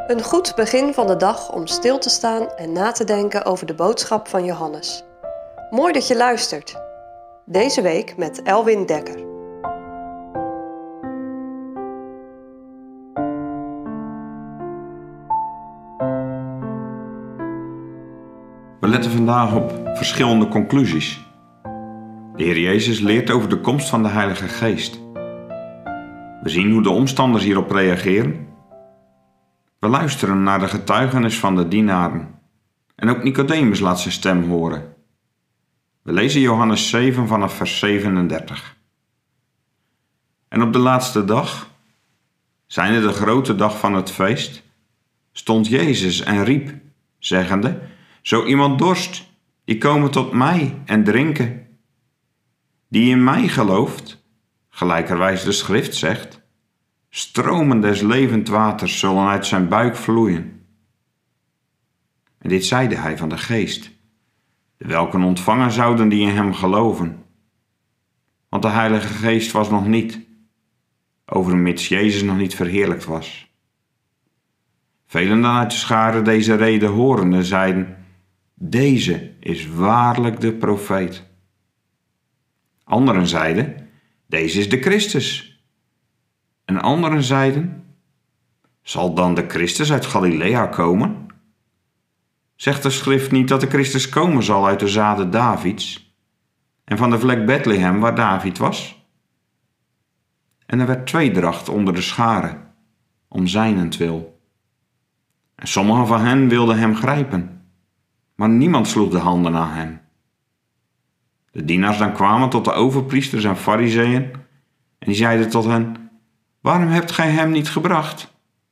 Een goed begin van de dag om stil te staan en na te denken over de boodschap van Johannes. Mooi dat je luistert. Deze week met Elwin Dekker. We letten vandaag op verschillende conclusies. De Heer Jezus leert over de komst van de Heilige Geest. We zien hoe de omstanders hierop reageren. We luisteren naar de getuigenis van de dienaren. En ook Nicodemus laat zijn stem horen. We lezen Johannes 7 vanaf vers 37. En op de laatste dag, zijnde de grote dag van het feest, stond Jezus en riep, zeggende: Zo iemand dorst, die komen tot mij en drinken. Die in mij gelooft, gelijkerwijs de schrift zegt, stromen des levend waters zullen uit zijn buik vloeien. En dit zeide hij van de Geest, de welke ontvangen zouden die in hem geloven. Want de Heilige Geest was nog niet, overmits Jezus nog niet verheerlijkt was. Velen dan uit de schare deze reden horende zeiden: Deze is waarlijk de profeet. Anderen zeiden: Deze is de Christus. En anderen zeiden: Zal dan de Christus uit Galilea komen? Zegt de schrift niet dat de Christus komen zal uit de zaden Davids en van de vlek Bethlehem waar David was? En er werd tweedracht onder de schare, om zijnentwil. En sommigen van hen wilden hem grijpen, maar niemand sloeg de handen aan hem. De dienaars dan kwamen tot de overpriesters en farizeeën en die zeiden tot hen: Waarom hebt gij hem niet gebracht?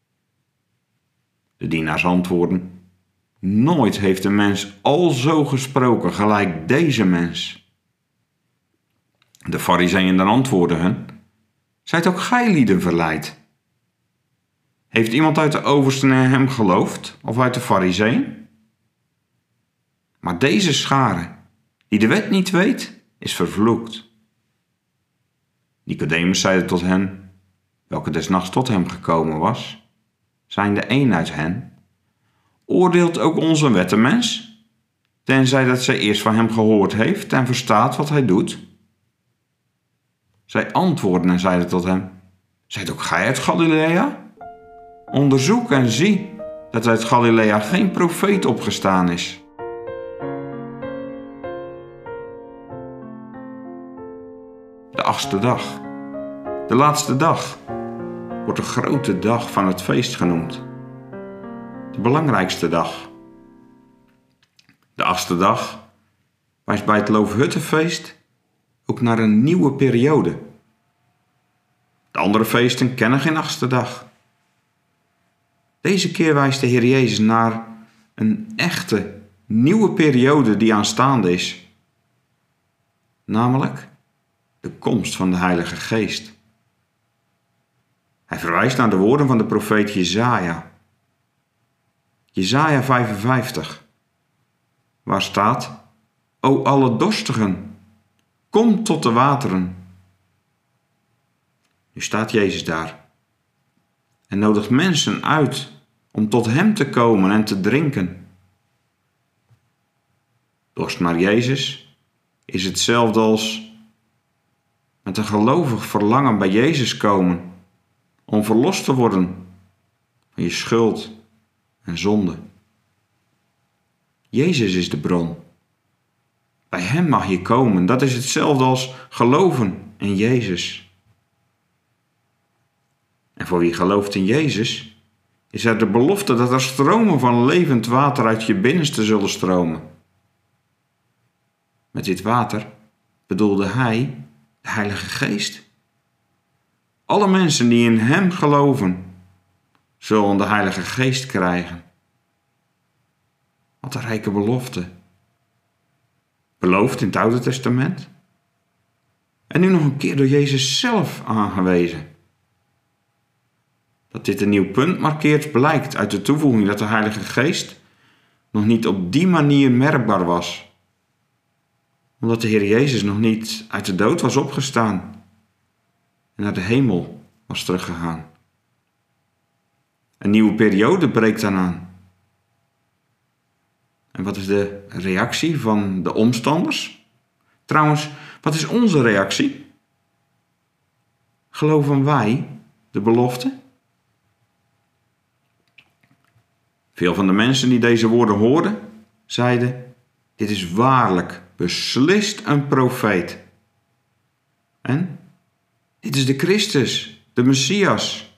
De dienaars antwoordden: Nooit heeft een mens alzo gesproken gelijk deze mens. De farizeeën dan antwoordden hun: Zijt ook gij lieden verleid? Heeft iemand uit de oversten in hem geloofd, of uit de farizeeën? Maar deze schare, die de wet niet weet, is vervloekt. Nicodemus zeide tot hen, welke des nachts tot hem gekomen was, zijnde een uit hen: Oordeelt ook onze wettenmens, tenzij dat zij eerst van hem gehoord heeft en verstaat wat hij doet? Zij antwoordden en zeiden tot hem: Zijt ook gij uit Galilea? Onderzoek en zie dat uit Galilea geen profeet opgestaan is. De 8e dag, de laatste dag, wordt de grote dag van het feest genoemd. De belangrijkste dag. De 8e dag wijst bij het Loofhuttenfeest ook naar een nieuwe periode. De andere feesten kennen geen 8e dag. Deze keer wijst de Heer Jezus naar een echte nieuwe periode die aanstaande is. Namelijk de komst van de Heilige Geest. Hij verwijst naar de woorden van de profeet Jesaja. Jesaja 55, waar staat: O alle dorstigen, kom tot de wateren. Nu staat Jezus daar en nodigt mensen uit om tot hem te komen en te drinken. Dorst naar Jezus is hetzelfde als met een gelovig verlangen bij Jezus komen om verlost te worden van je schuld en zonde. Jezus is de bron. Bij hem mag je komen. Dat is hetzelfde als geloven in Jezus. En voor wie gelooft in Jezus, is er de belofte dat er stromen van levend water uit je binnenste zullen stromen. Met dit water bedoelde hij de Heilige Geest. Alle mensen die in hem geloven, zullen de Heilige Geest krijgen. Wat een rijke belofte. Beloofd in het Oude Testament. En nu nog een keer door Jezus zelf aangewezen. Dat dit een nieuw punt markeert, blijkt uit de toevoeging dat de Heilige Geest nog niet op die manier merkbaar was. Omdat de Heer Jezus nog niet uit de dood was opgestaan en naar de hemel was teruggegaan. Een nieuwe periode breekt dan aan. En wat is de reactie van de omstanders? Trouwens, wat is onze reactie? Geloven wij de belofte? Veel van de mensen die deze woorden hoorden, zeiden: dit is waarlijk beslist een profeet. En dit is de Christus, de Messias.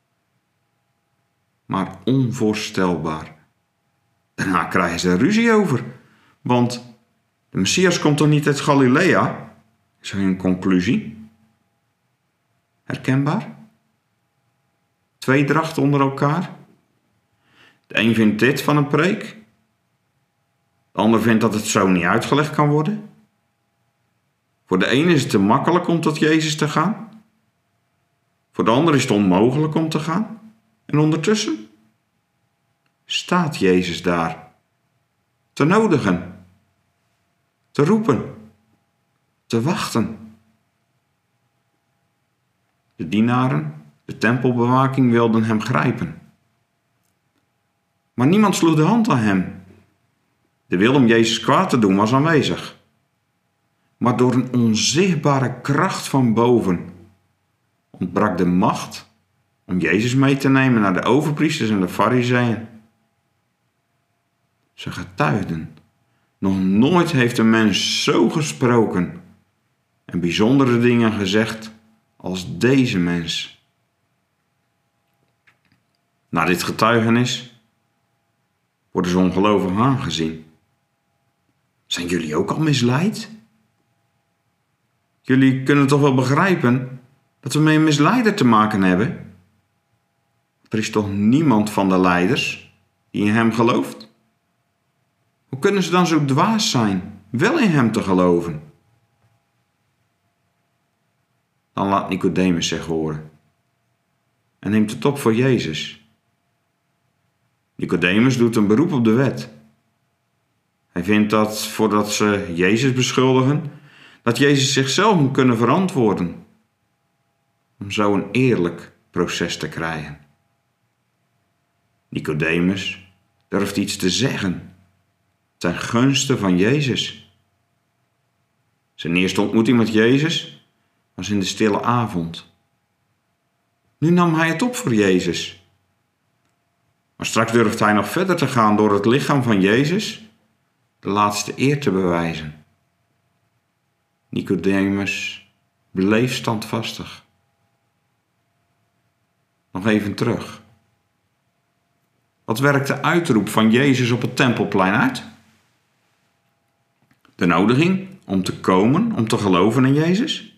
Maar onvoorstelbaar. Daarna krijgen ze er ruzie over. Want de Messias komt toch niet uit Galilea? Is hun conclusie. Herkenbaar? Tweedracht onder elkaar. De een vindt dit van een preek. De ander vindt dat het zo niet uitgelegd kan worden. Voor de ene is het te makkelijk om tot Jezus te gaan. Voor de ander is het onmogelijk om te gaan. En ondertussen staat Jezus daar. Te nodigen. Te roepen. Te wachten. De dienaren, de tempelbewaking wilden hem grijpen. Maar niemand sloeg de hand aan hem. De wil om Jezus kwaad te doen was aanwezig. Maar door een onzichtbare kracht van boven ontbrak de macht om Jezus mee te nemen naar de overpriesters en de farizeeën. Ze getuigden: nog nooit heeft een mens zo gesproken en bijzondere dingen gezegd als deze mens. Na dit getuigenis worden ze ongelovig aangezien. Zijn jullie ook al misleid? Jullie kunnen toch wel begrijpen dat we met een misleider te maken hebben? Er is toch niemand van de leiders die in hem gelooft? Hoe kunnen ze dan zo dwaas zijn wel in hem te geloven? Dan laat Nicodemus zich horen en neemt het op voor Jezus. Nicodemus doet een beroep op de wet. Hij vindt dat voordat ze Jezus beschuldigen, dat Jezus zichzelf moet kunnen verantwoorden. Om zo een eerlijk proces te krijgen. Nicodemus durft iets te zeggen ten gunste van Jezus. Zijn eerste ontmoeting met Jezus was in de stille avond. Nu nam hij het op voor Jezus. Maar straks durft hij nog verder te gaan door het lichaam van Jezus de laatste eer te bewijzen. Nicodemus bleef standvastig. Nog even terug. Wat werkt de uitroep van Jezus op het Tempelplein uit? De nodiging om te komen, om te geloven in Jezus?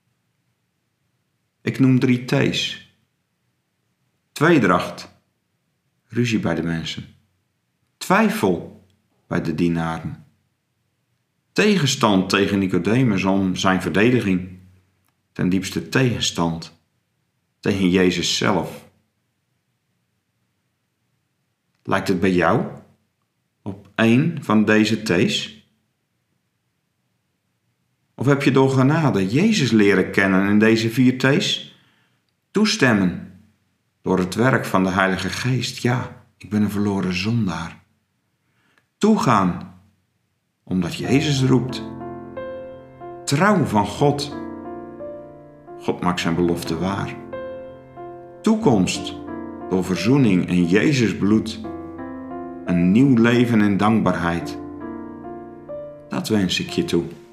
Ik noem 3 T's. Tweedracht. Ruzie bij de mensen. Twijfel bij de dienaren. Tegenstand tegen Nicodemus om zijn verdediging. Ten diepste tegenstand tegen Jezus zelf. Lijkt het bij jou op 1 van deze T's? Of heb je door genade Jezus leren kennen in deze 4 T's? Toestemmen door het werk van de Heilige Geest. Ja, ik ben een verloren zondaar. Toegaan omdat Jezus roept. Trouw van God. God maakt zijn belofte waar. Toekomst door verzoening in Jezus bloed. Een nieuw leven in dankbaarheid. Dat wens ik je toe.